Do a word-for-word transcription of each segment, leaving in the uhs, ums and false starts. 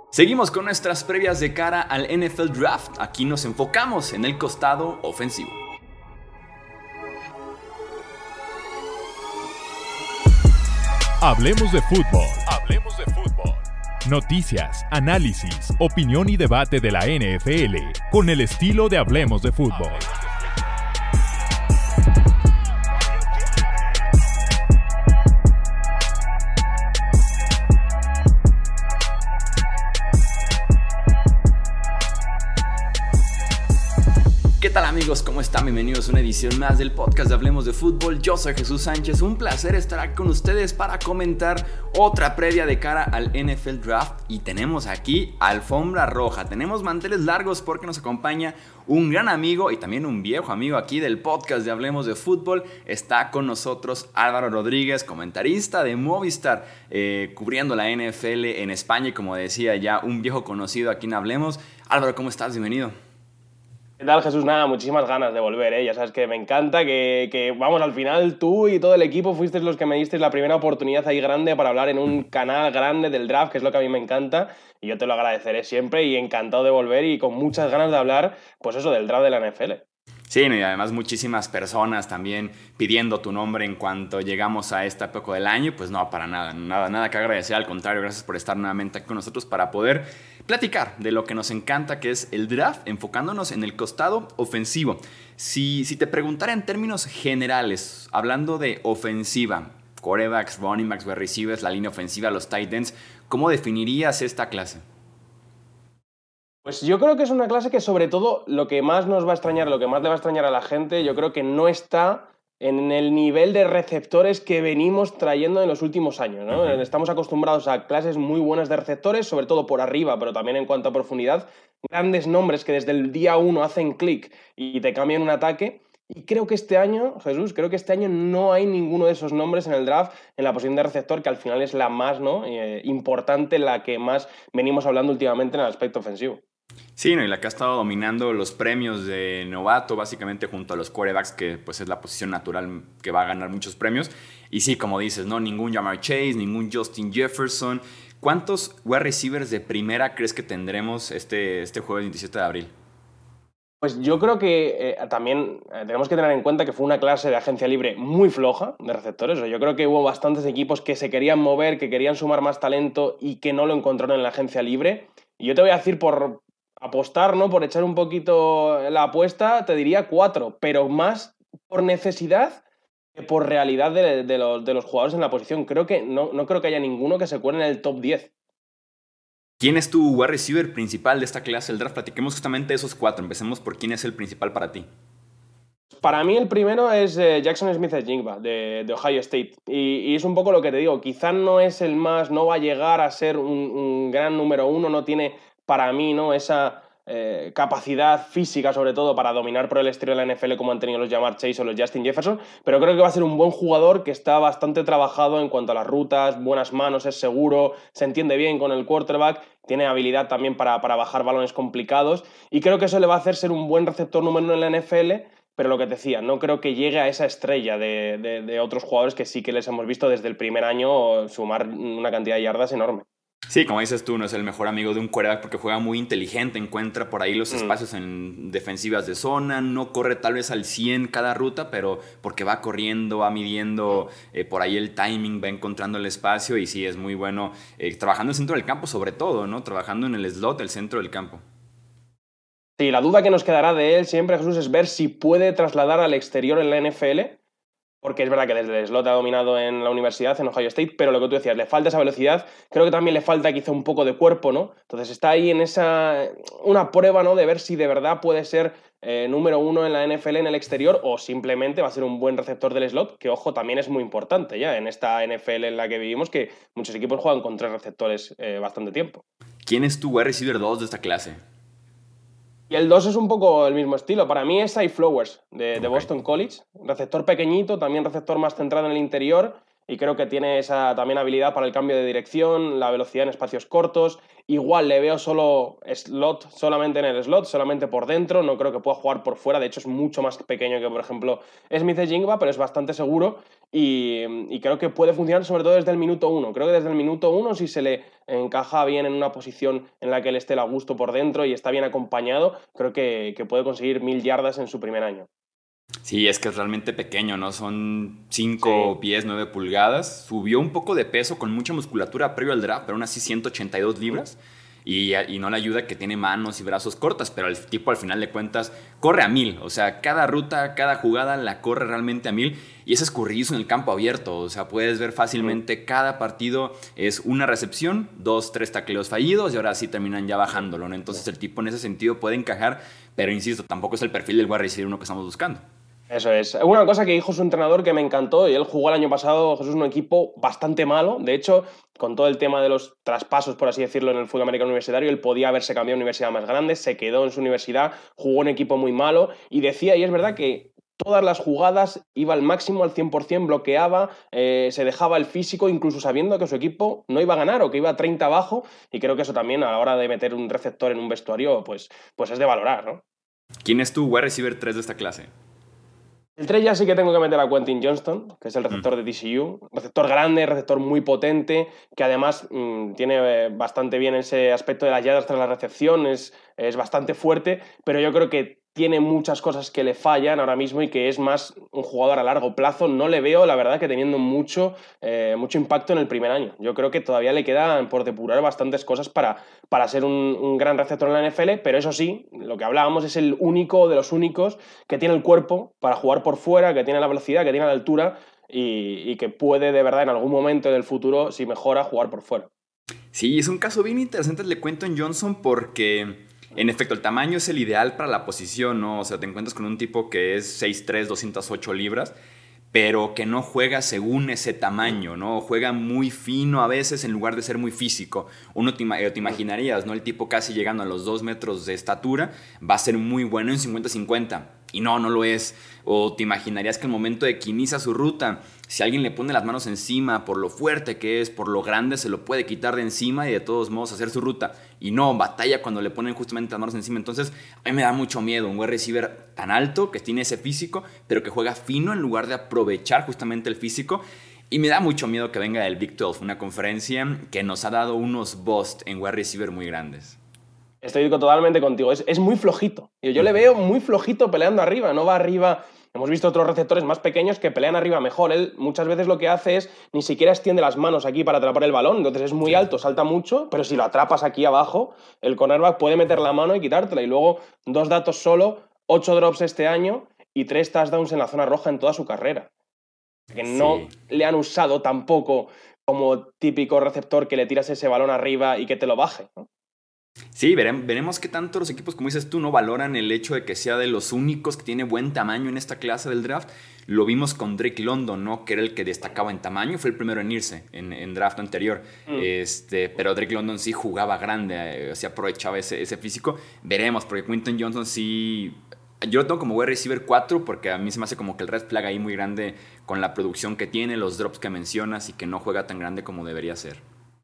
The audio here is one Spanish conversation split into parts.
Seguimos con nuestras previas de cara al N F L Draft. Aquí nos enfocamos en el costado ofensivo. Hablemos de fútbol. Hablemos de fútbol. Noticias, análisis, opinión y debate de la N F L con el estilo de Hablemos de fútbol. ¿Qué tal amigos? ¿Cómo están? Bienvenidos a una edición más del podcast de Hablemos de Fútbol. Yo soy Jesús Sánchez, un placer estar aquí con ustedes para comentar otra previa de cara al N F L Draft. Y tenemos aquí alfombra roja, tenemos manteles largos porque nos acompaña un gran amigo y también un viejo amigo aquí del podcast de Hablemos de Fútbol. Está con nosotros Álvaro Rodríguez, comentarista de Movistar, eh, cubriendo la N F L en España y como decía ya un viejo conocido aquí en Hablemos. Álvaro, ¿cómo estás? Bienvenido. ¿Qué tal, Jesús? Nada, muchísimas ganas de volver, ¿eh? Ya sabes que me encanta, que, que, vamos, al final tú y todo el equipo fuisteis los que me disteis la primera oportunidad ahí grande para hablar en un canal grande del draft, que es lo que a mí me encanta, y yo te lo agradeceré siempre y encantado de volver y con muchas ganas de hablar, pues eso, del draft de la N F L. Sí, y además muchísimas personas también pidiendo tu nombre en cuanto llegamos a esta época del año. Pues no, para nada, nada, nada que agradecer. Al contrario, gracias por estar nuevamente aquí con nosotros para poder platicar de lo que nos encanta, que es el draft, enfocándonos en el costado ofensivo. Si, si te preguntara en términos generales, hablando de ofensiva, quarterbacks, running backs, wide receivers, la línea ofensiva, los tight ends, ¿cómo definirías esta clase? Pues yo creo que es una clase que sobre todo lo que más nos va a extrañar, lo que más le va a extrañar a la gente, yo creo que no está en el nivel de receptores que venimos trayendo en los últimos años, ¿no? Uh-huh. Estamos acostumbrados a clases muy buenas de receptores, sobre todo por arriba, pero también en cuanto a profundidad, grandes nombres que desde el día uno hacen clic y te cambian un ataque. Y creo que este año, Jesús, creo que este año no hay ninguno de esos nombres en el draft en la posición de receptor, que al final es la más, ¿no? eh, importante, la que más venimos hablando últimamente en el aspecto ofensivo. Sí, no, y la que ha estado dominando los premios de novato, básicamente junto a los quarterbacks, que pues es la posición natural que va a ganar muchos premios. Y sí, como dices, ¿no? Ningún Ja'Marr Chase, ningún Justin Jefferson. ¿Cuántos wide receivers de primera crees que tendremos este, este jueves veintisiete de abril? Pues yo creo que eh, también eh, tenemos que tener en cuenta que fue una clase de agencia libre muy floja de receptores. O sea, yo creo que hubo bastantes equipos que se querían mover, que querían sumar más talento y que no lo encontraron en la agencia libre. Y yo te voy a decir por apostar, ¿no? Por echar un poquito la apuesta, te diría cuatro, pero más por necesidad que por realidad de, de, los, de los jugadores en la posición. Creo que no, no creo que haya ninguno que se cuele en el top diez. ¿Quién es tu wide receiver principal de esta clase del draft? Platiquemos justamente de esos cuatro. Empecemos por quién es el principal para ti. Para mí el primero es eh, Jackson Smith-Njigba, de, de Ohio State. Y, y es un poco lo que te digo, quizá no es el más, no va a llegar a ser un, un gran número uno, no tiene para mí, ¿no? esa eh, capacidad física, sobre todo, para dominar por el exterior de la N F L como han tenido los Ja'Marr Chase o los Justin Jefferson, pero creo que va a ser un buen jugador que está bastante trabajado en cuanto a las rutas, buenas manos, es seguro, se entiende bien con el quarterback, tiene habilidad también para, para bajar balones complicados y creo que eso le va a hacer ser un buen receptor número uno en la N F L. Pero lo que te decía, no creo que llegue a esa estrella de, de, de otros jugadores que sí que les hemos visto desde el primer año sumar una cantidad de yardas enorme. Sí, como dices tú, no es el mejor amigo de un quarterback porque juega muy inteligente, encuentra por ahí los espacios mm. en defensivas de zona, no corre tal vez al cien cada ruta, pero porque va corriendo, va midiendo eh, por ahí el timing, va encontrando el espacio y sí, es muy bueno eh, trabajando en el centro del campo sobre todo, ¿no? Trabajando en el slot, el centro del campo. Sí, la duda que nos quedará de él siempre, Jesús, es ver si puede trasladar al exterior en la N F L, porque es verdad que desde el slot ha dominado en la universidad, en Ohio State, pero lo que tú decías, le falta esa velocidad, creo que también le falta quizá un poco de cuerpo, ¿no? Entonces está ahí en esa, una prueba, ¿no? De ver si de verdad puede ser eh, número uno en la N F L en el exterior o simplemente va a ser un buen receptor del slot, que ojo, también es muy importante ya en esta N F L en la que vivimos, que muchos equipos juegan con tres receptores eh, bastante tiempo. ¿Quién es tu wide receiver dos de esta clase? Y el dos es un poco el mismo estilo. Para mí es Zay Flowers, de, de Boston College. Receptor pequeñito, también receptor más centrado en el interior. y creo que tiene esa también habilidad para el cambio de dirección, la velocidad en espacios cortos. Igual le veo solo slot, solamente en el slot, solamente por dentro, no creo que pueda jugar por fuera, de hecho es mucho más pequeño que, por ejemplo, Smith-Njigba, pero es bastante seguro y, y creo que puede funcionar sobre todo desde el minuto uno. Creo que desde el minuto uno, si se le encaja bien en una posición en la que él esté a gusto por dentro y está bien acompañado, creo que, que puede conseguir mil yardas en su primer año. Sí, es que es realmente pequeño, ¿no? Son Sí. cinco pies, nueve pulgadas. Subió un poco de peso con mucha musculatura previo al draft, pero aún así ciento ochenta y dos libras. Y, y no le ayuda que tiene manos y brazos cortas, pero el tipo al final de cuentas corre a mil. O sea, cada ruta, cada jugada la corre realmente a mil. Y es escurridizo en el campo abierto. O sea, puedes ver fácilmente cada partido es una recepción, dos, tres tacleos fallidos y ahora sí terminan ya bajándolo, ¿no? Entonces el tipo en ese sentido puede encajar, pero insisto, tampoco es el perfil del wide receiver uno que estamos buscando. Eso es. Una cosa que dijo su entrenador que me encantó, y él jugó el año pasado, Jesús, un equipo bastante malo. De hecho, con todo el tema de los traspasos, por así decirlo, en el fútbol americano universitario, él podía haberse cambiado a una universidad más grande, se quedó en su universidad, jugó un equipo muy malo, y decía, y es verdad que todas las jugadas iba al máximo, al cien por ciento, bloqueaba, eh, se dejaba el físico, incluso sabiendo que su equipo no iba a ganar o que iba a treinta abajo, y creo que eso también a la hora de meter un receptor en un vestuario, pues, pues es de valorar, ¿no? ¿Quién es tu wide receiver tres de esta clase? El tres ya sí que tengo que meter a Quentin Johnston, que es el receptor de T C U. Receptor grande, receptor muy potente, que además mmm, tiene eh, bastante bien ese aspecto de las yardas tras la recepción, es, es bastante fuerte, pero yo creo que tiene muchas cosas que le fallan ahora mismo y que es más un jugador a largo plazo. No le veo, la verdad, que teniendo mucho, eh, mucho impacto en el primer año. Yo creo que todavía le quedan por depurar bastantes cosas para, para ser un, un gran receptor en la N F L, pero eso sí, lo que hablábamos es el único de los únicos que tiene el cuerpo para jugar por fuera, que tiene la velocidad, que tiene la altura y, y que puede de verdad en algún momento del futuro, si mejora, jugar por fuera. Sí, es un caso bien interesante, le cuento en Johnson porque, en efecto, el tamaño es el ideal para la posición, ¿no? O sea, te encuentras con un tipo que es seis tres, doscientas ocho libras, pero que no juega según ese tamaño, ¿no? Juega muy fino a veces en lugar de ser muy físico. Uno te, ima- te imaginarías, ¿no? El tipo casi llegando a los dos metros de estatura va a ser muy bueno en cincuenta cincuenta. Y no, no lo es. O te imaginarías que al momento de que inicia su ruta, si alguien le pone las manos encima, por lo fuerte que es, por lo grande, se lo puede quitar de encima y de todos modos hacer su ruta. Y no, batalla cuando le ponen justamente las manos encima. Entonces, a mí me da mucho miedo un wide receiver tan alto, que tiene ese físico, pero que juega fino en lugar de aprovechar justamente el físico. Y me da mucho miedo que venga del Big doce, una conferencia que nos ha dado unos busts en wide receiver muy grandes. Estoy totalmente contigo. Es, es muy flojito. Yo, yo le veo muy flojito peleando arriba. No va arriba. Hemos visto otros receptores más pequeños que pelean arriba mejor. Él muchas veces lo que hace es ni siquiera extiende las manos aquí para atrapar el balón. Entonces es muy Sí. alto, salta mucho, pero si lo atrapas aquí abajo, el cornerback puede meter la mano y quitártela. Y luego, dos datos solo, ocho drops este año y tres touchdowns en la zona roja en toda su carrera. Que no Sí. le han usado tampoco como típico receptor que le tiras ese balón arriba y que te lo baje, ¿no? Sí, veremos, veremos qué tanto los equipos, como dices tú, no valoran el hecho de que sea de los únicos que tiene buen tamaño en esta clase del draft. Lo vimos con Drake London, ¿no? Que era el que destacaba en tamaño, fue el primero en irse en, en draft anterior. Mm. Este, pero Drake London sí jugaba grande, eh, sí aprovechaba ese, ese físico. Veremos, porque Quinton Johnson sí. Yo lo tengo como wide receiver cuatro porque a mí se me hace como que el red flag ahí muy grande con la producción que tiene, los drops que mencionas y que no juega tan grande como debería ser.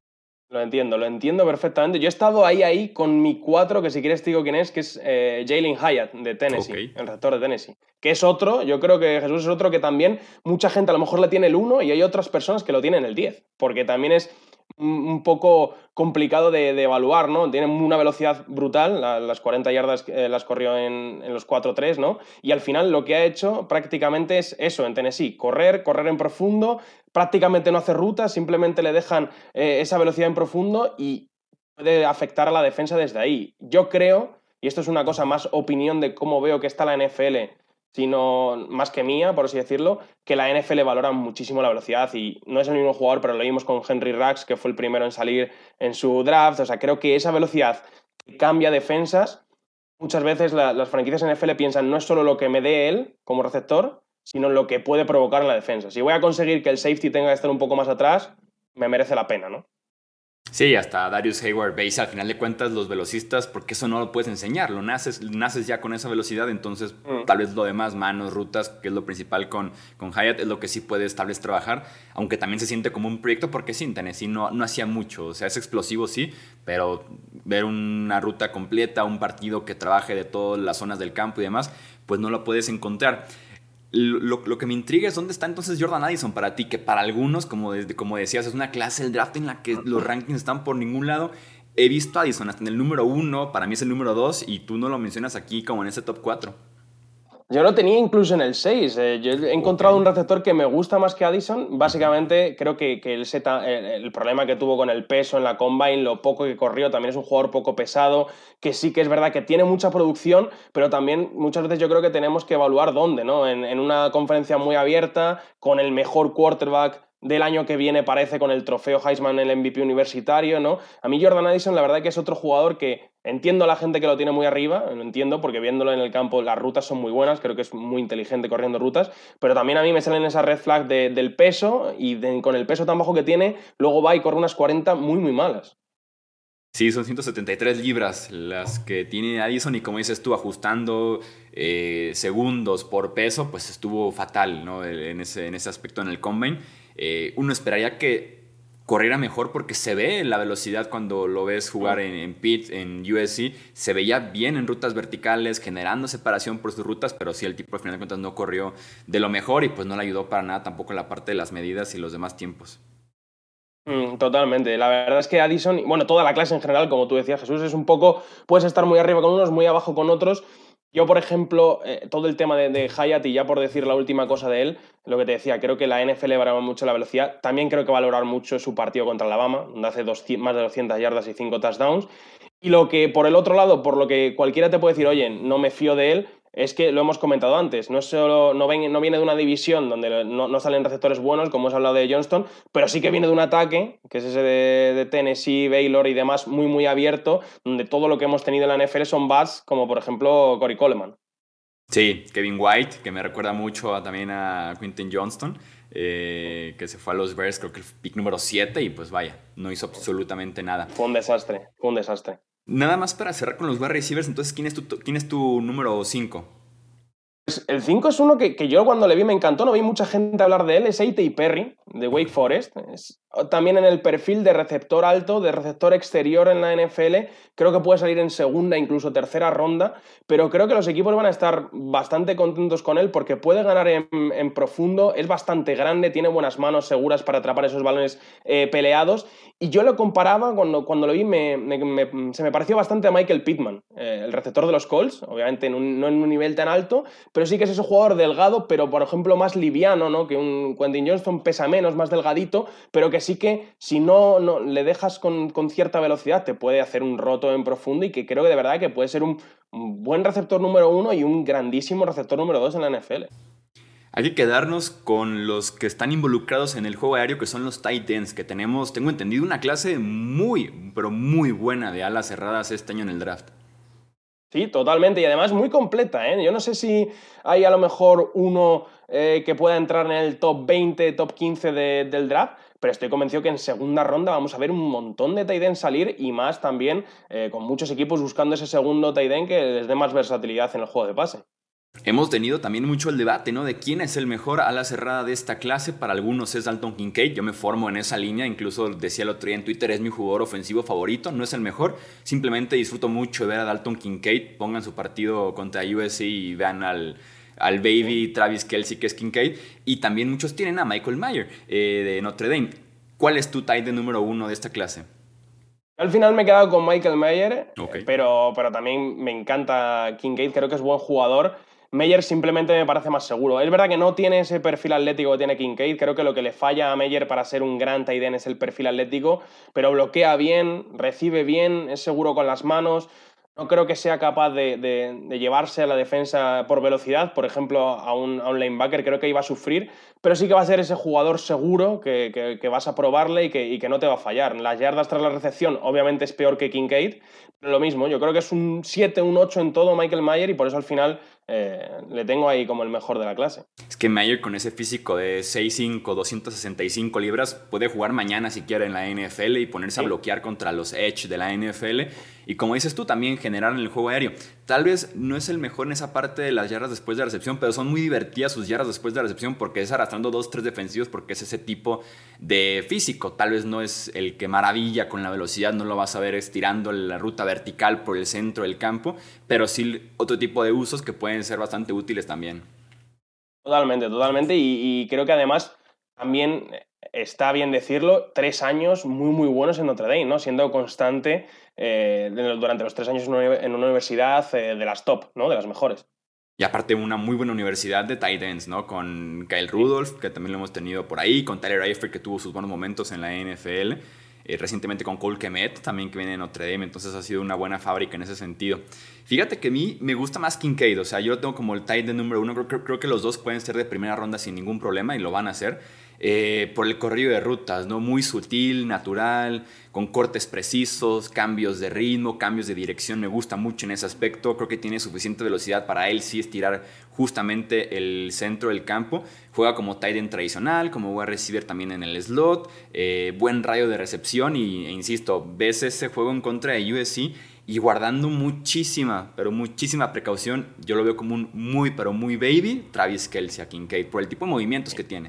Lo entiendo, lo entiendo perfectamente. Yo he estado ahí, ahí con mi cuatro, que si quieres te digo quién es, que es eh, Jalen Hyatt de Ok. Tennessee, el receptor de Tennessee. Que es otro, yo creo que Jesús es otro que también mucha gente a lo mejor le tiene el uno y hay otras personas que lo tienen el diez, porque también es un un poco complicado de, de evaluar, ¿no? Tiene una velocidad brutal, la- las cuarenta yardas eh, las corrió en, en los cuatro tres, ¿no? Y al final lo que ha hecho prácticamente es eso en Tennessee, correr, correr en profundo, prácticamente no hace rutas, simplemente le dejan eh, esa velocidad en profundo y puede afectar a la defensa desde ahí. Yo creo, y esto es una cosa más opinión de cómo veo que está la N F L, sino más que mía, por así decirlo, que la N F L valora muchísimo la velocidad y no es el mismo jugador, pero lo vimos con Henry Ruggs, que fue el primero en salir en su draft. O sea, creo que esa velocidad que cambia defensas, muchas veces la- las franquicias N F L piensan no es solo lo que me dé él como receptor, sino lo que puede provocar en la defensa. Si voy a conseguir que el safety tenga que estar un poco más atrás, me merece la pena, ¿no? Sí, hasta Darius Hayward Base, al final de cuentas, los velocistas, porque eso no lo puedes enseñar, lo naces, naces ya con esa velocidad, entonces Mm. tal vez lo demás, manos, rutas, que es lo principal con, con Hyatt, es lo que sí puedes tal vez trabajar, aunque también se siente como un proyecto, porque sí, en Tennessee no, no hacía mucho, o sea, es explosivo, sí, pero ver una ruta completa, un partido que trabaje de todas las zonas del campo y demás, pues no lo puedes encontrar. Lo, lo, que me intriga es dónde está entonces Jordan Addison para ti, que para algunos, como, de, como decías, es una clase del draft en la que los rankings están por ningún lado. He visto a Addison hasta en el número uno, para mí es el número dos, y tú no lo mencionas aquí como en ese top cuatro. Yo lo tenía incluso en el seis. Eh, yo he encontrado Okay. un receptor que me gusta más que Addison. Básicamente, creo que, que el, seta, el, el problema que tuvo con el peso en la Combine, lo poco que corrió, también es un jugador poco pesado, que sí que es verdad que tiene mucha producción, pero también muchas veces yo creo que tenemos que evaluar dónde, ¿no? En, en una conferencia muy abierta, con el mejor quarterback del año que viene, parece, con el trofeo Heisman, el M V P universitario, ¿no? A mí Jordan Addison, la verdad que es otro jugador que entiendo a la gente que lo tiene muy arriba, lo entiendo, porque viéndolo en el campo las rutas son muy buenas, creo que es muy inteligente corriendo rutas, pero también a mí me salen esas red flags de, del peso, y de, con el peso tan bajo que tiene, luego va y corre unas cuarenta muy, muy malas. Sí, son ciento setenta y tres libras las que tiene Addison y como dices tú, ajustando eh, segundos por peso, pues estuvo fatal, ¿no? En ese, en ese aspecto en el Combine. Eh, uno esperaría que corriera mejor porque se ve la velocidad cuando lo ves jugar en, en Pitt, en U S C, se veía bien en rutas verticales, generando separación por sus rutas, pero sí el tipo al final de cuentas no corrió de lo mejor y pues no le ayudó para nada tampoco en la parte de las medidas y los demás tiempos. Mm, totalmente. La verdad es que Addison, bueno, toda la clase en general, como tú decías, Jesús, es un poco, puedes estar muy arriba con unos, muy abajo con otros. Yo, por ejemplo, eh, todo el tema de, de Hyatt, y ya por decir la última cosa de él, lo que te decía, creo que la N F L valora mucho la velocidad. También creo que va a valorar mucho su partido contra Alabama, donde hace doscientas, más de doscientas yardas y cinco touchdowns. Y lo que, por el otro lado, por lo que cualquiera te puede decir, oye, no me fío de él, es que lo hemos comentado antes, no, solo, no, ven, no viene de una división donde no, no salen receptores buenos, como hemos hablado de Johnston, pero sí que viene de un ataque, que es ese de, de Tennessee, Baylor y demás, muy, muy abierto, donde todo lo que hemos tenido en la N F L son bats, como por ejemplo Corey Coleman. Sí, Kevin White, que me recuerda mucho a, también a Quentin Johnston, eh, que se fue a los Bears, creo que el pick número siete, y pues vaya, no hizo absolutamente nada. Fue un desastre, fue un desastre. Nada más para cerrar con los wide receivers, entonces, ¿quién es tu, quién es tu número cinco? Pues el cinco es uno que, que yo cuando le vi me encantó, no vi mucha gente hablar de él, es A T Perry, de Wake Forest. Es también en el perfil de receptor alto, de receptor exterior en la N F L, creo que puede salir en segunda, incluso tercera ronda, pero creo que los equipos van a estar bastante contentos con él porque puede ganar en, en profundo, es bastante grande, tiene buenas manos seguras para atrapar esos balones eh, peleados, y yo lo comparaba, cuando, cuando lo vi, me, me, me, se me pareció bastante a Michael Pittman, eh, el receptor de los Colts, obviamente en un, no en un nivel tan alto, pero sí que es ese jugador delgado, pero por ejemplo más liviano, ¿no? Que un Quentin Johnston, pesa menos, más delgadito, pero que sí que si no, no le dejas con, con cierta velocidad te puede hacer un roto en profundo, y que creo que de verdad que puede ser un, un buen receptor número uno y un grandísimo receptor número dos en la N F L. Hay que quedarnos con los que están involucrados en el juego aéreo, que son los tight ends, que tenemos, tengo entendido, una clase muy, pero muy buena de alas cerradas este año en el draft. Sí, totalmente, y además muy completa, ¿eh? Yo no sé si hay a lo mejor uno eh, que pueda entrar en el top veinte, top quince de, del draft, pero estoy convencido que en segunda ronda vamos a ver un montón de tight ends salir, y más también eh, con muchos equipos buscando ese segundo tight end que les dé más versatilidad en el juego de pase. Hemos tenido también mucho el debate, ¿no? De quién es el mejor ala cerrada de esta clase. Para algunos es Dalton Kincaid. Yo me formo en esa línea. Incluso decía el otro día en Twitter, es mi jugador ofensivo favorito. No es el mejor. Simplemente disfruto mucho de ver a Dalton Kincaid. Pongan su partido contra U S C y vean al, al baby Travis Kelce, que es Kincaid. Y también muchos tienen a Michael Mayer, eh, de Notre Dame. ¿Cuál es tu tight end número uno de esta clase? Al final me he quedado con Michael Mayer, Okay. pero, pero también me encanta Kincaid. Creo que es buen jugador. Meyer simplemente me parece más seguro. Es verdad que no tiene ese perfil atlético que tiene Kincaid. Creo que lo que le falla a Meyer para ser un gran tight end es el perfil atlético, pero bloquea bien, recibe bien, es seguro con las manos. No creo que sea capaz de, de, de llevarse a la defensa por velocidad. Por ejemplo, a un, a un linebacker creo que iba a sufrir, pero sí que va a ser ese jugador seguro que, que, que vas a probarle y que, y que no te va a fallar. Las yardas tras la recepción obviamente es peor que Kincaid, pero lo mismo, yo creo que es un siete, un ocho en todo Michael Mayer, y por eso al final eh, le tengo ahí como el mejor de la clase. Es que Mayer con ese físico de seis cinco, doscientas sesenta y cinco libras puede jugar mañana si quiere en la N F L y ponerse sí. a bloquear contra los edge de la N F L. Y como dices tú, también generar en el juego aéreo. Tal vez no es el mejor en esa parte de las yardas después de la recepción, pero son muy divertidas sus yardas después de la recepción porque es arrastrando dos, tres defensivos porque es ese tipo de físico. Tal vez no es el que maravilla con la velocidad, no lo vas a ver estirando la ruta vertical por el centro del campo, pero sí otro tipo de usos que pueden ser bastante útiles también. Totalmente, totalmente. Y, y creo que además también está bien decirlo, tres años muy, muy buenos en Notre Dame, ¿no? Siendo constante eh, durante los tres años en una, en una universidad eh, de las top, ¿no? De las mejores. Y aparte una muy buena universidad de tight ends, ¿no? Con Kyle Rudolph, que también lo hemos tenido por ahí, con Tyler Eifert, que tuvo sus buenos momentos en la N F L, eh, recientemente con Cole Kmet, también que viene de Notre Dame, entonces ha sido una buena fábrica en ese sentido. Fíjate que a mí me gusta más Kincaid, o sea, yo lo tengo como el tight end número uno, creo, creo, creo que los dos pueden ser de primera ronda sin ningún problema y lo van a hacer. Eh, por el corrido de rutas, ¿no? Muy sutil, natural, con cortes precisos, cambios de ritmo, cambios de dirección, me gusta mucho en ese aspecto, creo que tiene suficiente velocidad para él sí estirar justamente el centro del campo, juega como tight end tradicional, como wide receiver también en el slot, eh, buen rayo de recepción y, e insisto, ves ese juego en contra de U S C y guardando muchísima, pero muchísima precaución, yo lo veo como un muy, pero muy baby Travis Kelce a Kincaid, por el tipo de movimientos que tiene.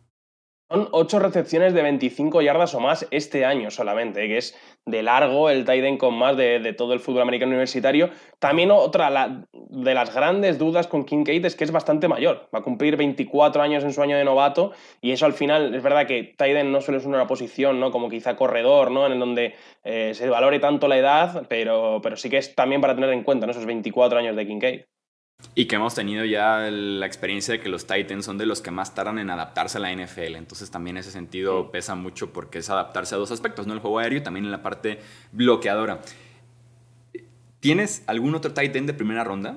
Son ocho recepciones de veinticinco yardas o más este año solamente, que es de largo el tight end con más de, de todo el fútbol americano universitario. También otra la, de las grandes dudas con Kincaid es que es bastante mayor. Va a cumplir veinticuatro años en su año de novato y eso al final es verdad que tight end no suele ser una posición, ¿no? Como quizá corredor, ¿no? En el donde eh, se valore tanto la edad, pero, pero sí que es también para tener en cuenta, ¿no? Esos veinticuatro años de Kincaid. Y que hemos tenido ya la experiencia de que los Titans son de los que más tardan en adaptarse a la N F L. Entonces también ese sentido pesa mucho porque es adaptarse a dos aspectos, ¿no? El juego aéreo y también en la parte bloqueadora. ¿Tienes algún otro tight end de primera ronda?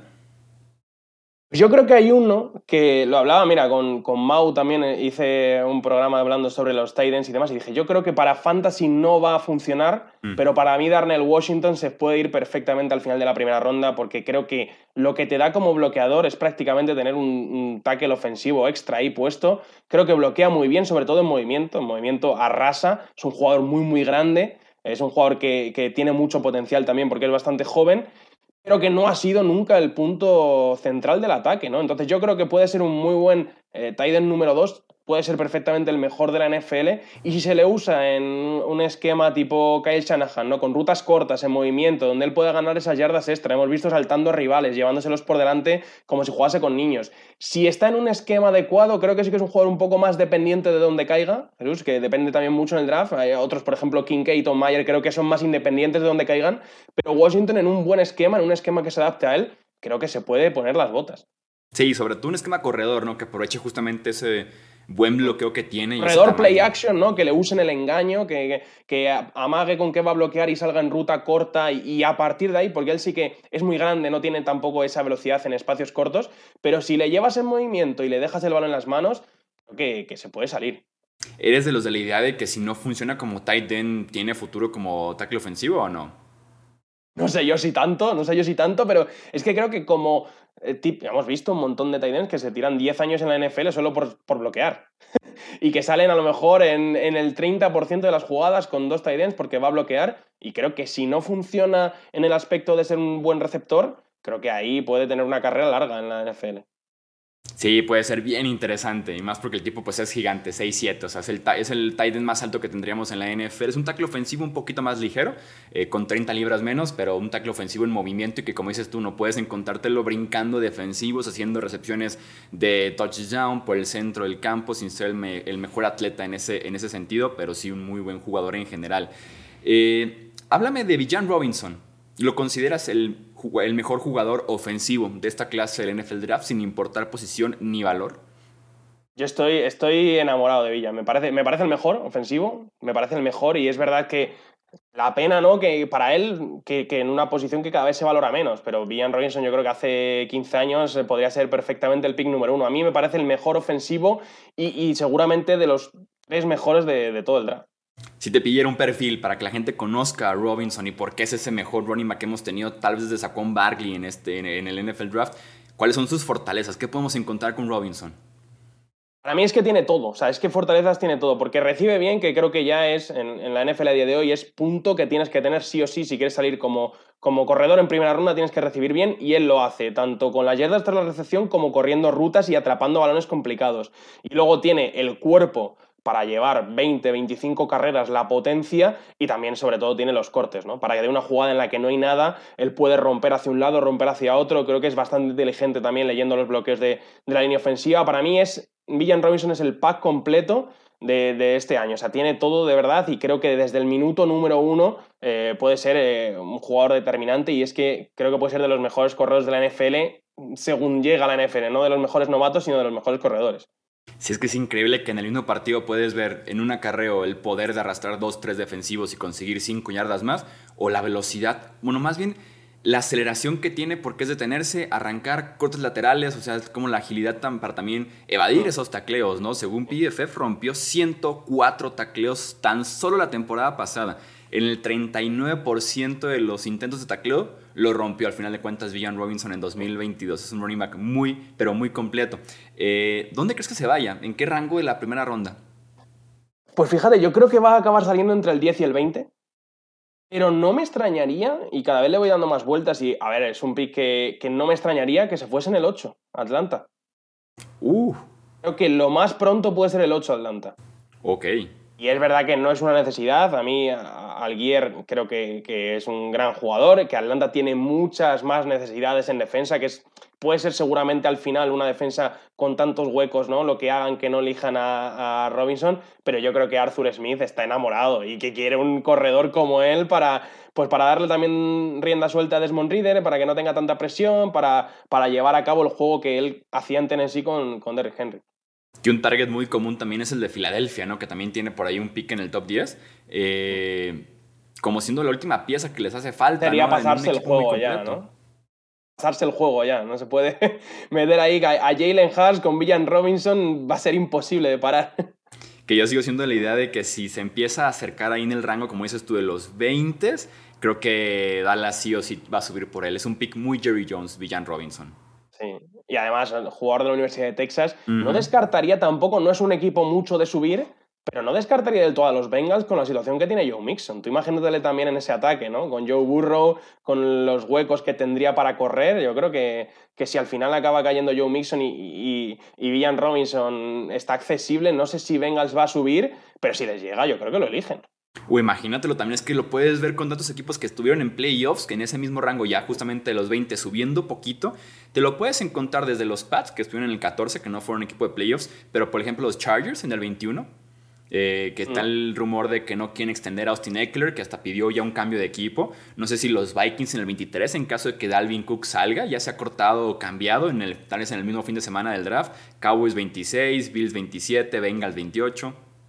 Yo creo que hay uno que lo hablaba, mira, con, con Mau también hice un programa hablando sobre los tight ends y demás, y dije, yo creo que para Fantasy no va a funcionar, mm. pero para mí Darnell Washington se puede ir perfectamente al final de la primera ronda, porque creo que lo que te da como bloqueador es prácticamente tener un, un tackle ofensivo extra ahí puesto. Creo que bloquea muy bien, sobre todo en movimiento, en movimiento arrasa, es un jugador muy, muy grande, es un jugador que, que tiene mucho potencial también porque es bastante joven, pero que no ha sido nunca el punto central del ataque, ¿no? Entonces yo creo que puede ser un muy buen eh, tight end número dos, puede ser perfectamente el mejor de la N F L, y si se le usa en un esquema tipo Kyle Shanahan, ¿no? Con rutas cortas, en movimiento, donde él pueda ganar esas yardas extra, hemos visto saltando a rivales, llevándoselos por delante como si jugase con niños. Si está en un esquema adecuado, creo que sí que es un jugador un poco más dependiente de dónde caiga, Jesús, que depende también mucho en el draft. Hay otros, por ejemplo, Kincaid o Mayer, creo que son más independientes de dónde caigan, pero Washington en un buen esquema, en un esquema que se adapte a él, creo que se puede poner las botas. Sí, sobre todo un esquema corredor, ¿no? Que aproveche justamente ese buen bloqueo que tiene. Corredor play action, ¿no? Que le usen el engaño, que, que, que amague con qué va a bloquear y salga en ruta corta y, y a partir de ahí, porque él sí que es muy grande, no tiene tampoco esa velocidad en espacios cortos, pero si le llevas en movimiento y le dejas el balón en las manos, creo que, que se puede salir. ¿Eres de los de la idea de que si no funciona como tight end, tiene futuro como tackle ofensivo o no? No sé yo si tanto, no sé yo si tanto, pero es que creo que como eh, tip, hemos visto un montón de tight ends que se tiran diez años en la N F L solo por, por bloquear y que salen a lo mejor en, en el treinta por ciento de las jugadas con dos tight ends porque va a bloquear, y creo que si no funciona en el aspecto de ser un buen receptor, creo que ahí puede tener una carrera larga en la N F L. Sí, puede ser bien interesante, y más porque el tipo pues es gigante, seis siete, o sea, es el, es el tight end más alto que tendríamos en la N F L. Es un tackle ofensivo un poquito más ligero, eh, con treinta libras menos, pero un tackle ofensivo en movimiento y que, como dices tú, no puedes encontrártelo brincando defensivos, haciendo recepciones de touchdown por el centro del campo, sin ser el, me, el mejor atleta en ese, en ese sentido, pero sí un muy buen jugador en general. Eh, háblame de Bijan Robinson. ¿Lo consideras el, el mejor jugador ofensivo de esta clase del N F L Draft sin importar posición ni valor? Yo estoy, estoy enamorado de Villa. Me parece, me parece el mejor ofensivo, me parece el mejor, y es verdad que la pena, ¿no? Que para él, que, que en una posición que cada vez se valora menos, pero Bijan Robinson yo creo que hace quince años podría ser perfectamente el pick número uno. A mí me parece el mejor ofensivo y, y seguramente de los tres mejores de, de todo el draft. Si te pidiera un perfil para que la gente conozca a Robinson y por qué es ese mejor running back que hemos tenido, tal vez desde Saquon Barkley en, este, en el N F L Draft, ¿Cuáles son sus fortalezas? ¿Qué podemos encontrar con Robinson? Para mí es que tiene todo, o sea, es que fortalezas tiene todo, porque recibe bien, que creo que ya es, en, en la N F L a día de hoy, es punto que tienes que tener sí o sí si quieres salir como, como corredor en primera ronda, tienes que recibir bien, y él lo hace, tanto con las yardas tras la recepción como corriendo rutas y atrapando balones complicados. Y luego tiene el cuerpo para llevar veinte, veinticinco carreras, la potencia, y también, sobre todo, tiene los cortes, ¿no? Para que de una jugada en la que no hay nada, él puede romper hacia un lado, romper hacia otro. Creo que es bastante inteligente también leyendo los bloqueos de, de la línea ofensiva. Para mí es Villan Robinson es el pack completo de, de este año, o sea, tiene todo de verdad, y creo que desde el minuto número uno eh, puede ser eh, un jugador determinante, y es que creo que puede ser de los mejores corredores de la N F L según llega a la N F L, no de los mejores novatos, sino de los mejores corredores. Si es que es increíble que en el mismo partido puedes ver en un acarreo el poder de arrastrar dos, tres defensivos y conseguir cinco yardas más, o la velocidad, bueno, más bien la aceleración que tiene, porque es detenerse, arrancar cortes laterales, o sea, es como la agilidad tan, para también evadir esos tacleos, ¿no? Según P F F rompió ciento cuatro tacleos tan solo la temporada pasada. En el treinta y nueve por ciento de los intentos de tacleo lo rompió al final de cuentas Villan Robinson en dos mil veintidós. Es un running back muy, pero muy completo. Eh, ¿Dónde crees que se vaya? ¿En qué rango de la primera ronda? Pues fíjate, yo creo que va a acabar saliendo entre el diez y el veinte. Pero no me extrañaría, y cada vez le voy dando más vueltas, y a ver, es un pick que, que no me extrañaría que se fuese en el ocho, Atlanta. Uh, Creo que lo más pronto puede ser el ocho, Atlanta. ok. Y es verdad que no es una necesidad. A mí, a- Alguier, creo que, que es un gran jugador, que Atlanta tiene muchas más necesidades en defensa, que es, puede ser seguramente al final una defensa con tantos huecos, ¿no? Lo que hagan que no elijan a, a Robinson, pero yo creo que Arthur Smith está enamorado y que quiere un corredor como él para, pues para darle también rienda suelta a Desmond Ridder, para que no tenga tanta presión, para, para llevar a cabo el juego que él hacía en Tennessee con, con Derrick Henry. Que un target muy común también es el de Filadelfia, ¿no? Que también tiene por ahí un pick en el top diez. Eh, como siendo la última pieza que les hace falta, Sería ¿no? pasarse el juego ya, ¿no? Pasarse el juego ya, no se puede meter ahí a, a Jalen Hurts con Villan Robinson, va a ser imposible de parar. Que yo sigo siendo la idea de que si se empieza a acercar ahí en el rango, como dices tú, de los veinte, creo que Dallas sí o sí va a subir por él. Es un pick muy Jerry Jones, Villan Robinson. Sí, y además el jugador de la Universidad de Texas, Uh no -huh. descartaría tampoco, no es un equipo mucho de subir, pero no descartaría del todo a los Bengals con la situación que tiene Joe Mixon. Tú imagínatele también en ese ataque, ¿no? Con Joe Burrow, con los huecos que tendría para correr. Yo creo que, que si al final acaba cayendo Joe Mixon y, y, y Villan Robinson está accesible, no sé si Bengals va a subir, pero si les llega, yo creo que lo eligen. O imagínatelo también, es que lo puedes ver con tantos equipos que estuvieron en playoffs, que en ese mismo rango ya justamente de los veinte subiendo poquito, te lo puedes encontrar desde los Pats, que estuvieron en el catorce, que no fueron equipo de playoffs, pero por ejemplo los Chargers en el veintiuno, eh, que está mm. el rumor de que no quieren extender a Austin Eckler, que hasta pidió ya un cambio de equipo. No sé si los Vikings en el veintitrés, en caso de que Dalvin Cook salga, ya se ha cortado o cambiado, en el, tal vez en el mismo fin de semana del draft. Cowboys veintiséis, Bills veintisiete, Bengals veintiocho.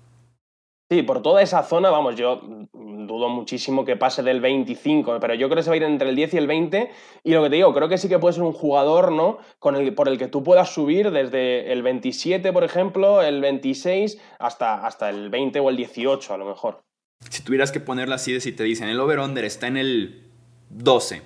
Sí, por toda esa zona, vamos, yo dudo muchísimo que pase del veinticinco, pero yo creo que se va a ir entre el diez y el veinte, y lo que te digo, creo que sí que puede ser un jugador, ¿no? Con el, por el que tú puedas subir desde el veintisiete, por ejemplo, el veintiséis, hasta, hasta el veinte o el dieciocho, a lo mejor. Si tuvieras que ponerlo así, de si te dicen, el over-under está en el doce.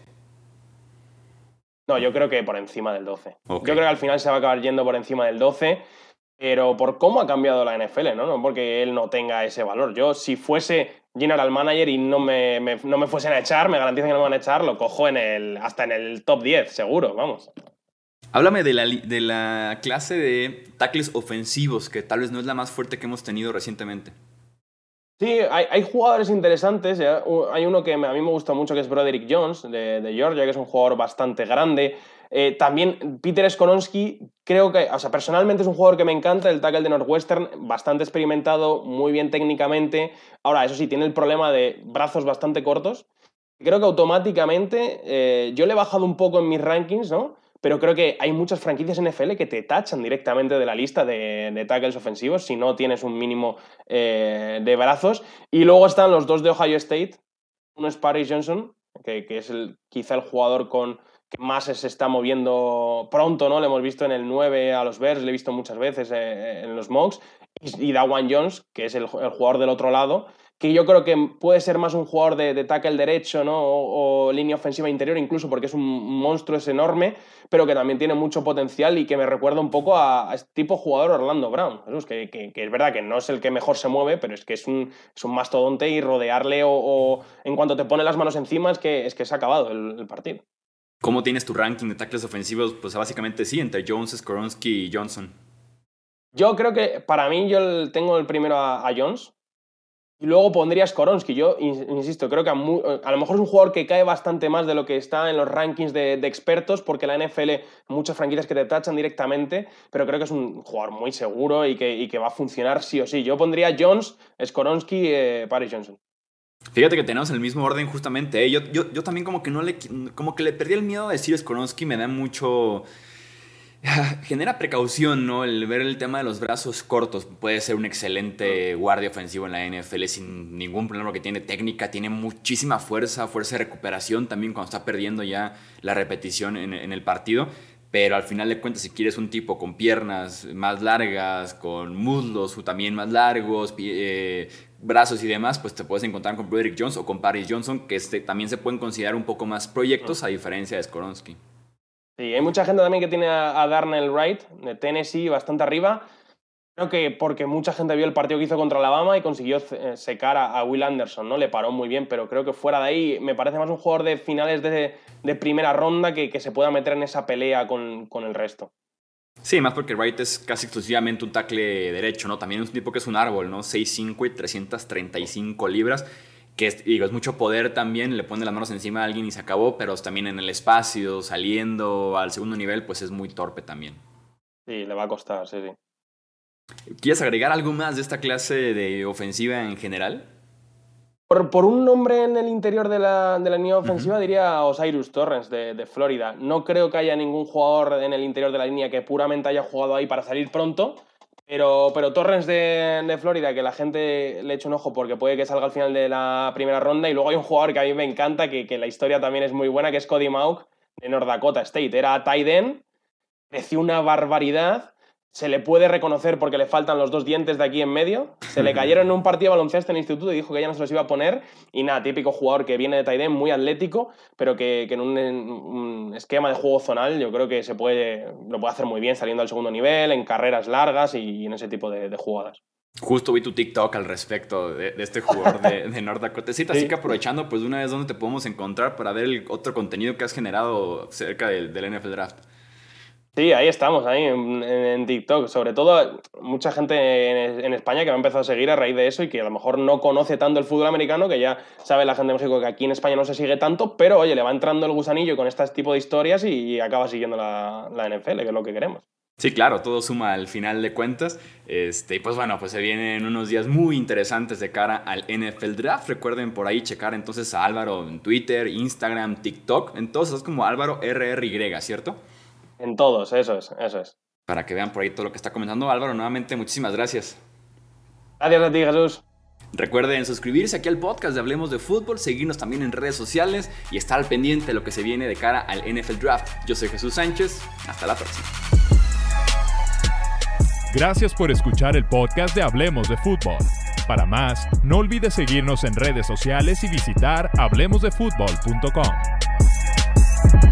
No, yo creo que por encima del doce. Okay. Yo creo que al final se va a acabar yendo por encima del doce, pero por cómo ha cambiado la N F L, ¿no? No porque él no tenga ese valor. Yo, si fuese general manager y no me, me, no me fuesen a echar, me garantizan que no me van a echar, lo cojo en el, hasta en el top diez, seguro, vamos. Háblame de la, de la clase de tackles ofensivos, que tal vez no es la más fuerte que hemos tenido recientemente. Sí, hay, hay jugadores interesantes. ¿eh? Hay uno que a mí me gusta mucho, que es Broderick Jones, de, de Georgia, que es un jugador bastante grande. Eh, también Peter Skoronski, creo que, o sea, personalmente es un jugador que me encanta, el tackle de Northwestern, bastante experimentado, muy bien técnicamente. Ahora, eso sí, tiene el problema de brazos bastante cortos. Creo que automáticamente, eh, yo le he bajado un poco en mis rankings, ¿no? Pero creo que hay muchas franquicias N F L que te tachan directamente de la lista de, de tackles ofensivos si no tienes un mínimo eh, de brazos. Y luego están los dos de Ohio State. Uno es Paris Johnson, que, que es el, quizá el jugador con que más se está moviendo pronto, ¿no? Le hemos visto en el nueve a los Bears, le he visto muchas veces eh, en los mocks. Y, y Dawan Jones, que es el, el jugador del otro lado, que yo creo que puede ser más un jugador de, de tackle derecho, ¿no? O, o línea ofensiva interior, incluso porque es un monstruo, es enorme, pero que también tiene mucho potencial y que me recuerda un poco a, a este tipo jugador Orlando Brown. Jesús, que, que, que es verdad que no es el que mejor se mueve, pero es que es un, es un mastodonte y rodearle o, o en cuanto te pone las manos encima es que, es que se ha acabado el, el partido. ¿Cómo tienes tu ranking de tackles ofensivos? Pues básicamente sí, entre Jones, Skoronski y Johnson. Yo creo que para mí yo tengo el primero a, a Jones. Y luego pondría a Skoronski. Yo insisto, creo que a, muy, a lo mejor es un jugador que cae bastante más de lo que está en los rankings de, de expertos, porque la N F L, muchas franquicias que te tachan directamente, pero creo que es un jugador muy seguro y que, y que va a funcionar sí o sí. Yo pondría a Jones, Skoronski, eh, Paris Johnson. Fíjate que tenemos el mismo orden justamente. ¿eh? Yo, yo, yo también como que no le como que le perdí el miedo a decir Skoronski. Me da mucho... genera precaución, ¿no? El ver el tema de los brazos cortos. Puede ser un excelente guardia ofensivo en la N F L sin ningún problema, porque tiene técnica, tiene muchísima fuerza, fuerza de recuperación también cuando está perdiendo ya la repetición en, en el partido. Pero al final de cuentas, si quieres un tipo con piernas más largas, con muslos también más largos, eh, brazos y demás, pues te puedes encontrar con Broderick Jones o con Paris Johnson, que este, también se pueden considerar un poco más proyectos a diferencia de Skoronski. Sí, hay mucha gente también que tiene a, a Darnell Wright de Tennessee bastante arriba. Creo que porque mucha gente vio el partido que hizo contra Alabama y consiguió secar a, a Will Anderson, ¿no? Le paró muy bien, pero creo que fuera de ahí me parece más un jugador de finales de, de primera ronda que, que se pueda meter en esa pelea con, con el resto. Sí, más porque Wright es casi exclusivamente un tackle derecho, ¿no? También es un tipo que es un árbol, ¿no? seis cinco y trescientas treinta y cinco libras. Que es, digo, es mucho poder también, le pone las manos encima a alguien y se acabó, pero también en el espacio, saliendo al segundo nivel, pues es muy torpe también. Sí, le va a costar, sí, sí. ¿Quieres agregar algo más de esta clase de ofensiva en general? Por, por un nombre en el interior de la, de la línea ofensiva, uh-huh. diría Osiris Torrance de, de Florida. No creo que haya ningún jugador en el interior de la línea que puramente haya jugado ahí para salir pronto. Pero, pero Torrance de, de Florida, que la gente le eche un ojo porque puede que salga al final de la primera ronda. Y luego hay un jugador que a mí me encanta, que, que la historia también es muy buena, que es Cody Mauch de North Dakota State. Era tight end, creció una barbaridad, se le puede reconocer porque le faltan los dos dientes de aquí en medio. Se le cayeron en un partido de baloncesto en el instituto y dijo que ya no se los iba a poner. Y nada, típico jugador que viene de tight end, muy atlético, pero que, que en, un, en un esquema de juego zonal yo creo que se puede, lo puede hacer muy bien saliendo al segundo nivel, en carreras largas y en ese tipo de, de jugadas. Justo vi tu TikTok al respecto de, de este jugador de, de North Dakota. Sí, así que aprovechando, pues de una vez, ¿dónde te podemos encontrar para ver el otro contenido que has generado cerca del, del N F L Draft? Sí, ahí estamos, ahí en, en TikTok. Sobre todo, mucha gente en, en España que me ha empezado a seguir a raíz de eso y que a lo mejor no conoce tanto el fútbol americano, que ya sabe la gente de México que aquí en España no se sigue tanto, pero oye, le va entrando el gusanillo con este tipo de historias y, y acaba siguiendo la, la N F L, que es lo que queremos. Sí, claro, todo suma al final de cuentas. Este, y pues bueno, pues se vienen unos días muy interesantes de cara al N F L Draft. Recuerden por ahí checar entonces a Álvaro en Twitter, Instagram, TikTok. Entonces es como Álvaro R R Y, ¿cierto? En todos, eso es, eso es. Para que vean por ahí todo lo que está comentando Álvaro. Nuevamente, muchísimas gracias. Gracias a ti, Jesús. Recuerden suscribirse aquí al podcast de Hablemos de Fútbol, seguirnos también en redes sociales y estar al pendiente de lo que se viene de cara al N F L Draft. Yo soy Jesús Sánchez. Hasta la próxima. Gracias por escuchar el podcast de Hablemos de Fútbol. Para más, no olvides seguirnos en redes sociales y visitar hablemos de fútbol punto com.